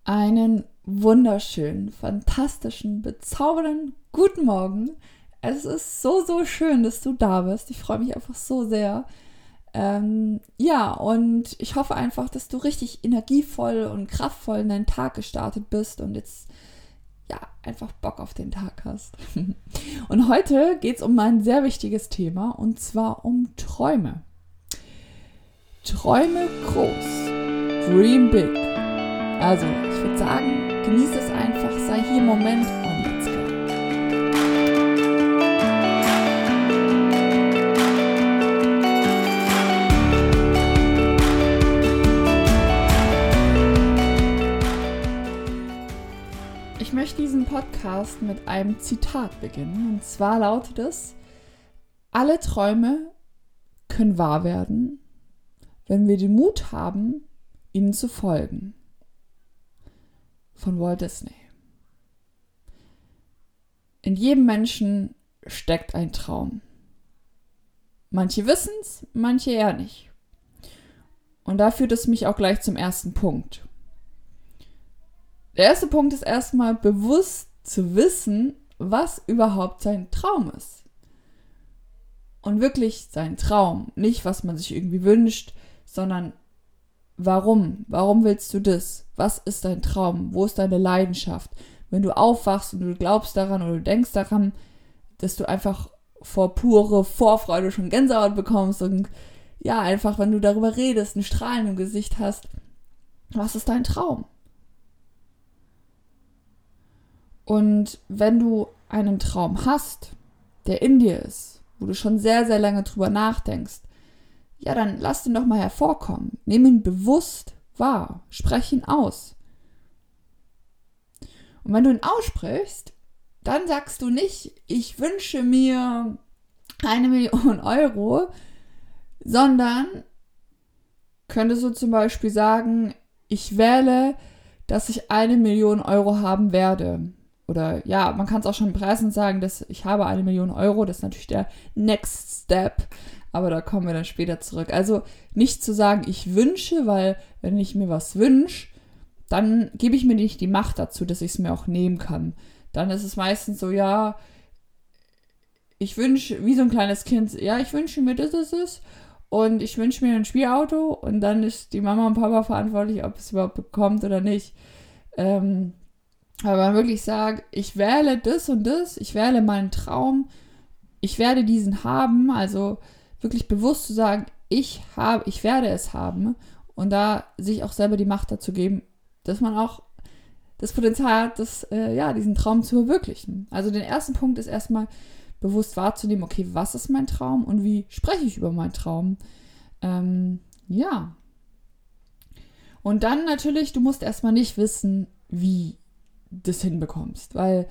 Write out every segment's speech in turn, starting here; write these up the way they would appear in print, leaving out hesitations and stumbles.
Einen wunderschönen, fantastischen, bezaubernden guten Morgen. Es ist so, so schön, dass du da bist. Ich freue mich einfach so sehr. Und ich hoffe einfach, dass du richtig energievoll und kraftvoll in deinen Tag gestartet bist und jetzt einfach Bock auf den Tag hast. Und heute geht es um ein sehr wichtiges Thema und zwar um Träume. Träume groß. Dream big. Also, ich würde sagen, genieße es einfach, sei hier im Moment und let's go. Ich möchte diesen Podcast mit einem Zitat beginnen. Und zwar lautet es: Alle Träume können wahr werden, wenn wir den Mut haben, ihnen zu folgen. Von Walt Disney. In jedem Menschen steckt ein Traum. Manche wissen es, manche eher nicht. Und da führt es mich auch gleich zum ersten Punkt. Der erste Punkt ist erstmal bewusst zu wissen, was überhaupt sein Traum ist. Und wirklich sein Traum, nicht was man sich irgendwie wünscht, sondern warum? Warum willst du das? Was ist dein Traum? Wo ist deine Leidenschaft? Wenn du aufwachst und du glaubst daran oder du denkst daran, dass du einfach vor pure Vorfreude schon Gänsehaut bekommst und einfach, wenn du darüber redest, ein Strahlen im Gesicht hast, was ist dein Traum? Und wenn du einen Traum hast, der in dir ist, wo du schon sehr, sehr lange drüber nachdenkst, dann lass ihn doch mal hervorkommen. Nimm ihn bewusst wahr. Sprech ihn aus. Und wenn du ihn aussprichst, dann sagst du nicht, ich wünsche mir 1 Million Euro, sondern könntest du zum Beispiel sagen, ich wähle, dass ich 1 Million Euro haben werde. Oder man kann es auch schon preisend sagen, dass ich habe 1 Million Euro. Das ist natürlich der Next Step. Aber da kommen wir dann später zurück. Also nicht zu sagen, ich wünsche, weil wenn ich mir was wünsche, dann gebe ich mir nicht die Macht dazu, dass ich es mir auch nehmen kann. Dann ist es meistens so, ich wünsche, wie so ein kleines Kind, ich wünsche mir das und ich wünsche mir ein Spielauto und dann ist die Mama und Papa verantwortlich, ob es überhaupt bekommt oder nicht. Aber man wirklich sagt, ich wähle das und das, ich wähle meinen Traum, ich werde diesen haben, also wirklich bewusst zu sagen, ich werde es haben und da sich auch selber die Macht dazu geben, dass man auch das Potenzial hat, diesen Traum zu verwirklichen. Also den ersten Punkt ist erstmal bewusst wahrzunehmen, okay, was ist mein Traum und wie spreche ich über meinen Traum? Und dann natürlich, du musst erstmal nicht wissen, wie das hinbekommst, weil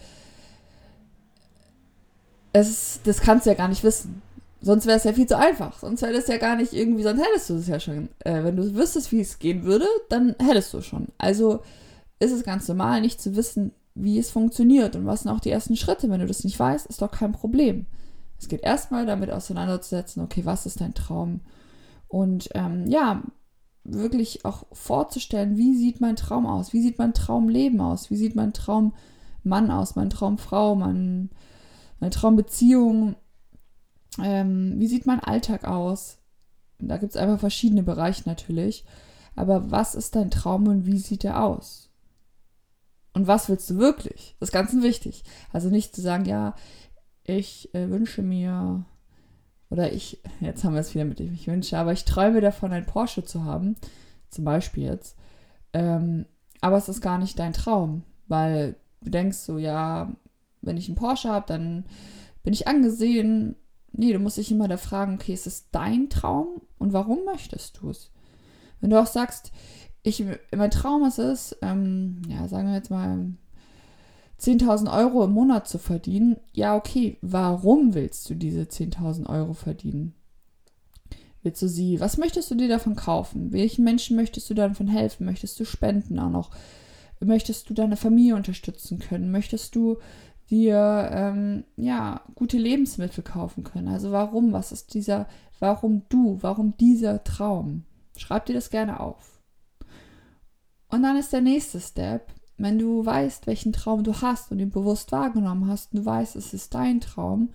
das kannst du ja gar nicht wissen. Sonst wäre es ja viel zu einfach. Sonst wäre das ja gar nicht irgendwie, sonst hättest du es ja schon. Wenn du wüsstest, wie es gehen würde, dann hättest du es schon. Also ist es ganz normal, nicht zu wissen, wie es funktioniert und was sind auch die ersten Schritte. Wenn du das nicht weißt, ist doch kein Problem. Es geht erstmal damit auseinanderzusetzen, okay, was ist dein Traum? Und wirklich auch vorzustellen, wie sieht mein Traum aus? Wie sieht mein Traumleben aus? Wie sieht mein Traummann aus? Mein Traumfrau? Meine Traumbeziehung? Wie sieht mein Alltag aus? Da gibt es einfach verschiedene Bereiche natürlich. Aber was ist dein Traum und wie sieht er aus? Und was willst du wirklich? Das ist ganz wichtig. Also nicht zu sagen, ich wünsche mir, oder jetzt haben wir es wieder mit dem ich wünsche, aber ich träume davon, ein Porsche zu haben, zum Beispiel jetzt. Aber es ist gar nicht dein Traum, weil du denkst so, wenn ich einen Porsche habe, dann bin ich angesehen. Nee, du musst dich immer da fragen, okay, ist es dein Traum und warum möchtest du es? Wenn du auch sagst, mein Traum ist es, sagen wir jetzt mal 10.000 Euro im Monat zu verdienen, okay, warum willst du diese 10.000 Euro verdienen? Willst du was möchtest du dir davon kaufen? Welchen Menschen möchtest du davon helfen? Möchtest du spenden auch noch? Möchtest du deine Familie unterstützen können? Möchtest du dir gute Lebensmittel kaufen können? Also warum? Was ist warum dieser Traum? Schreib dir das gerne auf. Und dann ist der nächste Step, wenn du weißt, welchen Traum du hast und ihn bewusst wahrgenommen hast und du weißt, es ist dein Traum,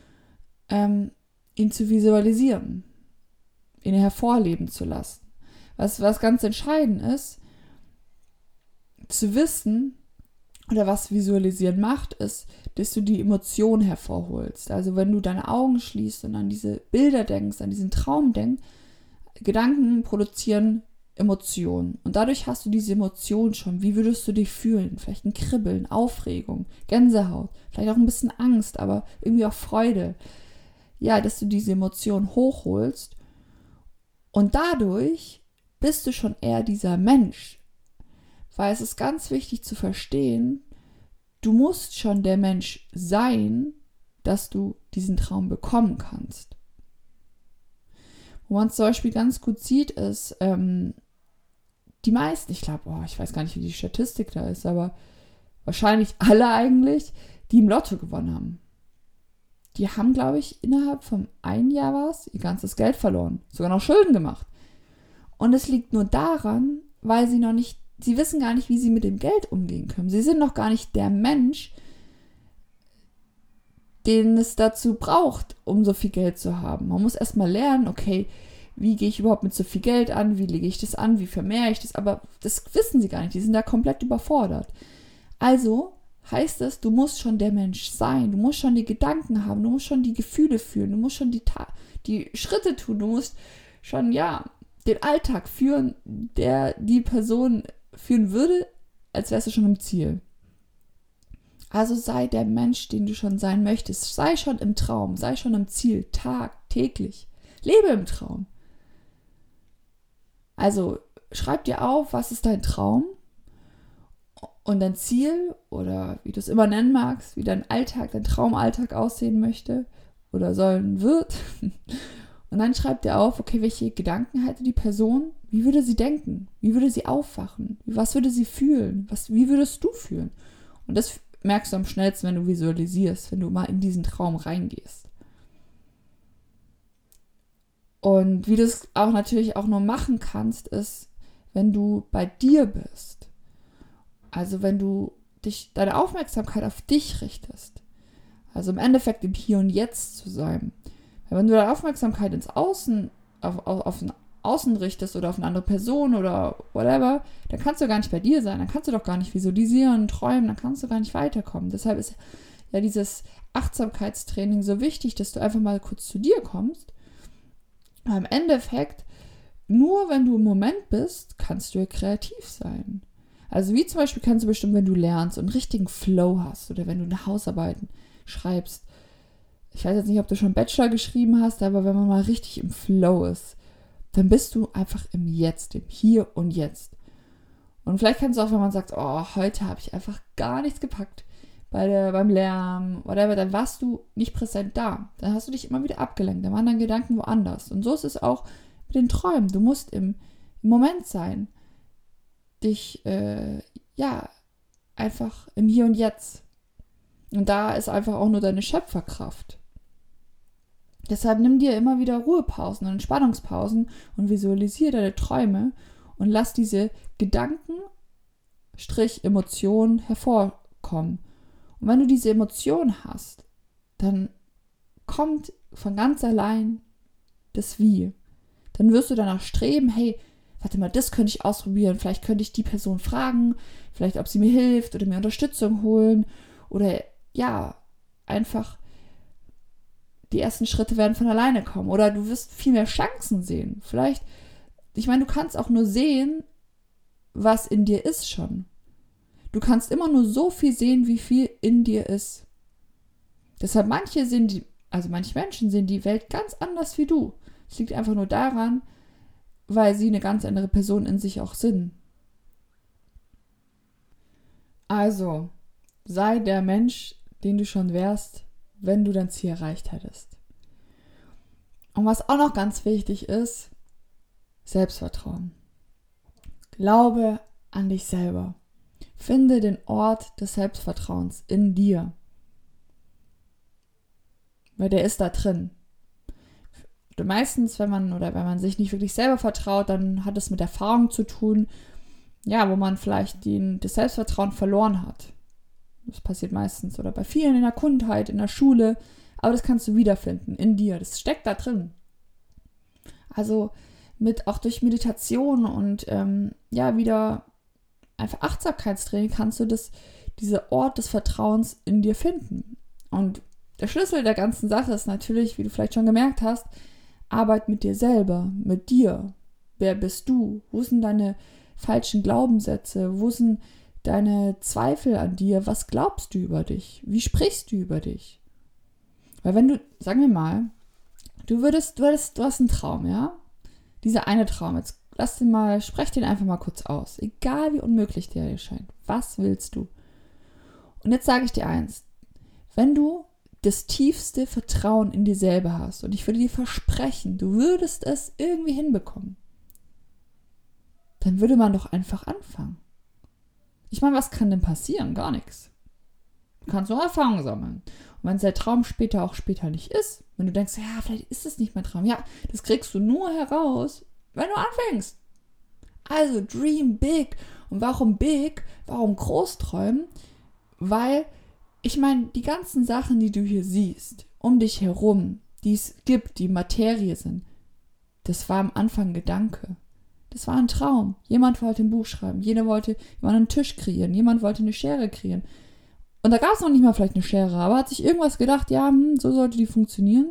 ihn zu visualisieren, ihn hervorleben zu lassen. Was ganz entscheidend ist, zu wissen, oder was Visualisieren macht, ist, dass du die Emotion hervorholst. Also wenn du deine Augen schließt und an diese Bilder denkst, an diesen Traum denkst, Gedanken produzieren Emotionen. Und dadurch hast du diese Emotion schon. Wie würdest du dich fühlen? Vielleicht ein Kribbeln, Aufregung, Gänsehaut, vielleicht auch ein bisschen Angst, aber irgendwie auch Freude. Ja, dass du diese Emotion hochholst und dadurch bist du schon eher dieser Mensch. Weil es ist ganz wichtig zu verstehen, du musst schon der Mensch sein, dass du diesen Traum bekommen kannst. Wo man es zum Beispiel ganz gut sieht, ist, die meisten, ich glaube, ich weiß gar nicht, wie die Statistik da ist, aber wahrscheinlich alle eigentlich, die im Lotto gewonnen haben. Die haben, glaube ich, innerhalb von einem Jahr ihr ganzes Geld verloren. Sogar noch Schulden gemacht. Und es liegt nur daran, weil sie wissen gar nicht, wie sie mit dem Geld umgehen können. Sie sind noch gar nicht der Mensch, den es dazu braucht, um so viel Geld zu haben. Man muss erstmal lernen, okay, wie gehe ich überhaupt mit so viel Geld an, wie lege ich das an, wie vermehre ich das, aber das wissen sie gar nicht, die sind da komplett überfordert. Also heißt es, du musst schon der Mensch sein, du musst schon die Gedanken haben, du musst schon die Gefühle fühlen, du musst schon die Schritte tun, du musst schon, den Alltag führen, der die Person führen würde, als wärst du schon im Ziel. Also sei der Mensch, den du schon sein möchtest. Sei schon im Traum, sei schon im Ziel, täglich. Lebe im Traum. Also schreib dir auf, was ist dein Traum und dein Ziel oder wie du es immer nennen magst, wie dein Alltag, dein Traumalltag aussehen möchte oder sollen wird. Und dann schreib dir auf, okay, welche Gedanken hätte die Person, wie würde sie denken, wie würde sie aufwachen, was würde sie fühlen, wie würdest du fühlen? Und das merkst du am schnellsten, wenn du visualisierst, wenn du mal in diesen Traum reingehst. Und wie du es auch natürlich auch nur machen kannst, ist, wenn du bei dir bist. Also wenn du deine Aufmerksamkeit auf dich richtest. Also im Endeffekt im Hier und Jetzt zu sein. Weil wenn du deine Aufmerksamkeit ins Außen, auf ein Außen richtest oder auf eine andere Person oder whatever, dann kannst du gar nicht bei dir sein, dann kannst du doch gar nicht visualisieren, träumen, dann kannst du gar nicht weiterkommen. Deshalb ist ja dieses Achtsamkeitstraining so wichtig, dass du einfach mal kurz zu dir kommst. Aber im Endeffekt, nur wenn du im Moment bist, kannst du ja kreativ sein. Also wie zum Beispiel kannst du bestimmt, wenn du lernst und einen richtigen Flow hast oder wenn du eine Hausarbeiten schreibst. Ich weiß jetzt nicht, ob du schon Bachelor geschrieben hast, aber wenn man mal richtig im Flow ist, dann bist du einfach im Jetzt, im Hier und Jetzt. Und vielleicht kannst du auch, wenn man sagt, heute habe ich einfach gar nichts gepackt beim Lernen, whatever, dann warst du nicht präsent da. Dann hast du dich immer wieder abgelenkt, dann waren deine Gedanken woanders. Und so ist es auch mit den Träumen. Du musst im Moment sein. Dich, einfach im Hier und Jetzt. Und da ist einfach auch nur deine Schöpferkraft. Deshalb nimm dir immer wieder Ruhepausen und Entspannungspausen und visualisiere deine Träume und lass diese Gedanken, Emotionen hervorkommen. Und wenn du diese Emotion hast, dann kommt von ganz allein das Wie. Dann wirst du danach streben, hey, warte mal, das könnte ich ausprobieren. Vielleicht könnte ich die Person fragen, vielleicht ob sie mir hilft oder mir Unterstützung holen. Oder einfach die ersten Schritte werden von alleine kommen. Oder du wirst viel mehr Chancen sehen. Vielleicht, ich meine, du kannst auch nur sehen, was in dir ist schon. Du kannst immer nur so viel sehen, wie viel in dir ist. Deshalb manche Menschen sehen die Welt ganz anders wie du. Es liegt einfach nur daran, weil sie eine ganz andere Person in sich auch sind. Also, sei der Mensch, den du schon wärst, wenn du dein Ziel erreicht hättest. Und was auch noch ganz wichtig ist, Selbstvertrauen. Glaube an dich selber. Finde den Ort des Selbstvertrauens in dir. Weil der ist da drin. Meistens, wenn man sich nicht wirklich selber vertraut, dann hat es mit Erfahrung zu tun. ja, wo man vielleicht das Selbstvertrauen verloren hat. Das passiert meistens oder bei vielen in der Kindheit, in der Schule, aber das kannst du wiederfinden in dir, das steckt da drin. Also auch durch Meditation und wieder einfach Achtsamkeitstraining kannst du dieser Ort des Vertrauens in dir finden. Und der Schlüssel der ganzen Sache ist natürlich, wie du vielleicht schon gemerkt hast, Arbeit mit dir selber, mit dir. Wer bist du? Wo sind deine falschen Glaubenssätze? Wo sind deine Zweifel an dir? Was glaubst du über dich? Wie sprichst du über dich? Weil wenn du, sagen wir mal, du hast einen Traum, ja? Dieser eine Traum, jetzt sprech den einfach mal kurz aus. Egal wie unmöglich der dir scheint. Was willst du? Und jetzt sage ich dir eins. Wenn du das tiefste Vertrauen in dir selber hast und ich würde dir versprechen, du würdest es irgendwie hinbekommen, dann würde man doch einfach anfangen. Ich meine, was kann denn passieren? Gar nichts. Du kannst nur Erfahrung sammeln. Und wenn es der Traum später nicht ist, wenn du denkst, ja, vielleicht ist es nicht mein Traum, ja, das kriegst du nur heraus, wenn du anfängst. Also dream big. Und warum big? Warum groß träumen? Weil, ich meine, die ganzen Sachen, die du hier siehst, um dich herum, die es gibt, die Materie sind, das war am Anfang Gedanke. Das war ein Traum. Jemand wollte ein Buch schreiben, jemand wollte einen Tisch kreieren, jemand wollte eine Schere kreieren. Und da gab es noch nicht mal vielleicht eine Schere, aber hat sich irgendwas gedacht, ja, so sollte die funktionieren.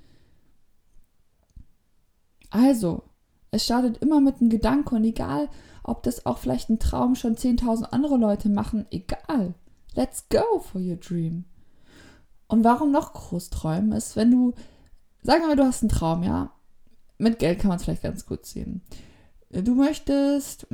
Also, es startet immer mit einem Gedanke und egal, ob das auch vielleicht ein Traum schon 10.000 andere Leute machen, egal. Let's go for your dream. Und warum noch groß träumen ist, wenn du, sagen wir mal, du hast einen Traum, ja, mit Geld kann man es vielleicht ganz gut sehen. Du möchtest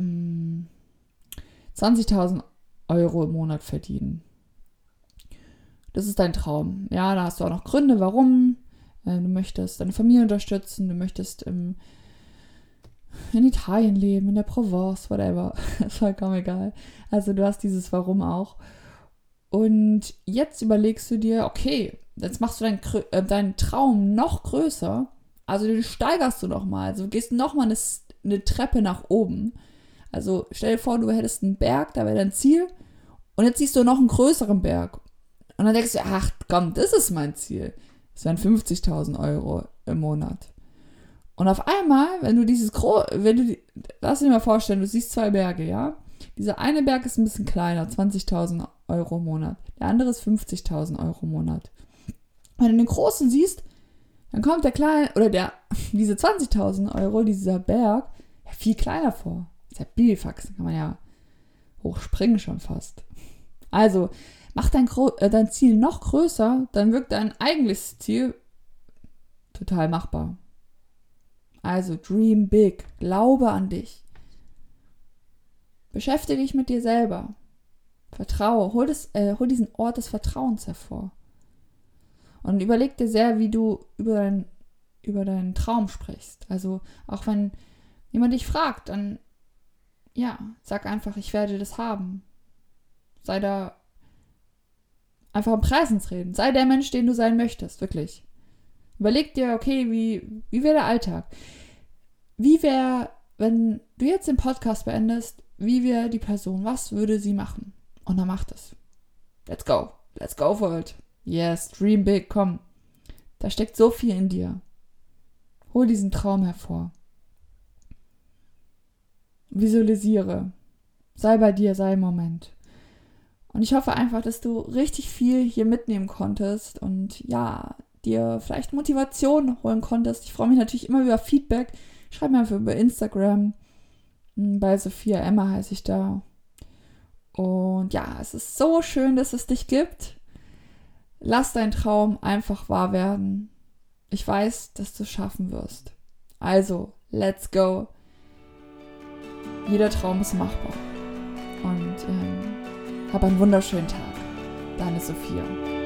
20.000 Euro im Monat verdienen. Das ist dein Traum. Ja, da hast du auch noch Gründe, warum. Du möchtest deine Familie unterstützen, du möchtest in Italien leben, in der Provence, whatever. Ist vollkommen egal. Also du hast dieses Warum auch. Und jetzt überlegst du dir, okay, jetzt machst du deinen Traum noch größer. Also den steigerst du nochmal. Also du gehst nochmal eine Treppe nach oben. Also stell dir vor, du hättest einen Berg, da wäre dein Ziel. Und jetzt siehst du noch einen größeren Berg. Und dann denkst du, ach komm, das ist mein Ziel. Das wären 50.000 Euro im Monat. Und auf einmal, lass dir mal vorstellen, du siehst 2 Berge, ja? Dieser eine Berg ist ein bisschen kleiner, 20.000 Euro im Monat. Der andere ist 50.000 Euro im Monat. Wenn du den großen siehst, dann kommt der kleine, oder diese 20.000 Euro, dieser Berg, ja, viel kleiner vor. Das ist ja Bibifax, da kann man ja hochspringen schon fast. Also, mach dein Ziel noch größer, dann wirkt dein eigentliches Ziel total machbar. Also, dream big, glaube an dich. Beschäftige dich mit dir selber. Vertraue, hol diesen Ort des Vertrauens hervor. Und überleg dir sehr, wie du über deinen Traum sprichst. Also, auch wenn jemand dich fragt, dann, ja, sag einfach, ich werde das haben. Sei da einfach im Präsens reden. Sei der Mensch, den du sein möchtest, wirklich. Überleg dir, okay, wie wäre der Alltag? Wie wäre, wenn du jetzt den Podcast beendest, wie wäre die Person? Was würde sie machen? Und dann macht es. Let's go. Let's go for it. Yes, dream big, komm. Da steckt so viel in dir. Hol diesen Traum hervor. Visualisiere. Sei bei dir, sei im Moment. Und ich hoffe einfach, dass du richtig viel hier mitnehmen konntest und ja, dir vielleicht Motivation holen konntest. Ich freue mich natürlich immer über Feedback. Schreib mir einfach über Instagram. Bei Sophia Emma heiße ich da. Und ja, es ist so schön, dass es dich gibt. Lass deinen Traum einfach wahr werden. Ich weiß, dass du es schaffen wirst. Also, let's go. Jeder Traum ist machbar. Und hab einen wunderschönen Tag. Deine Sophia.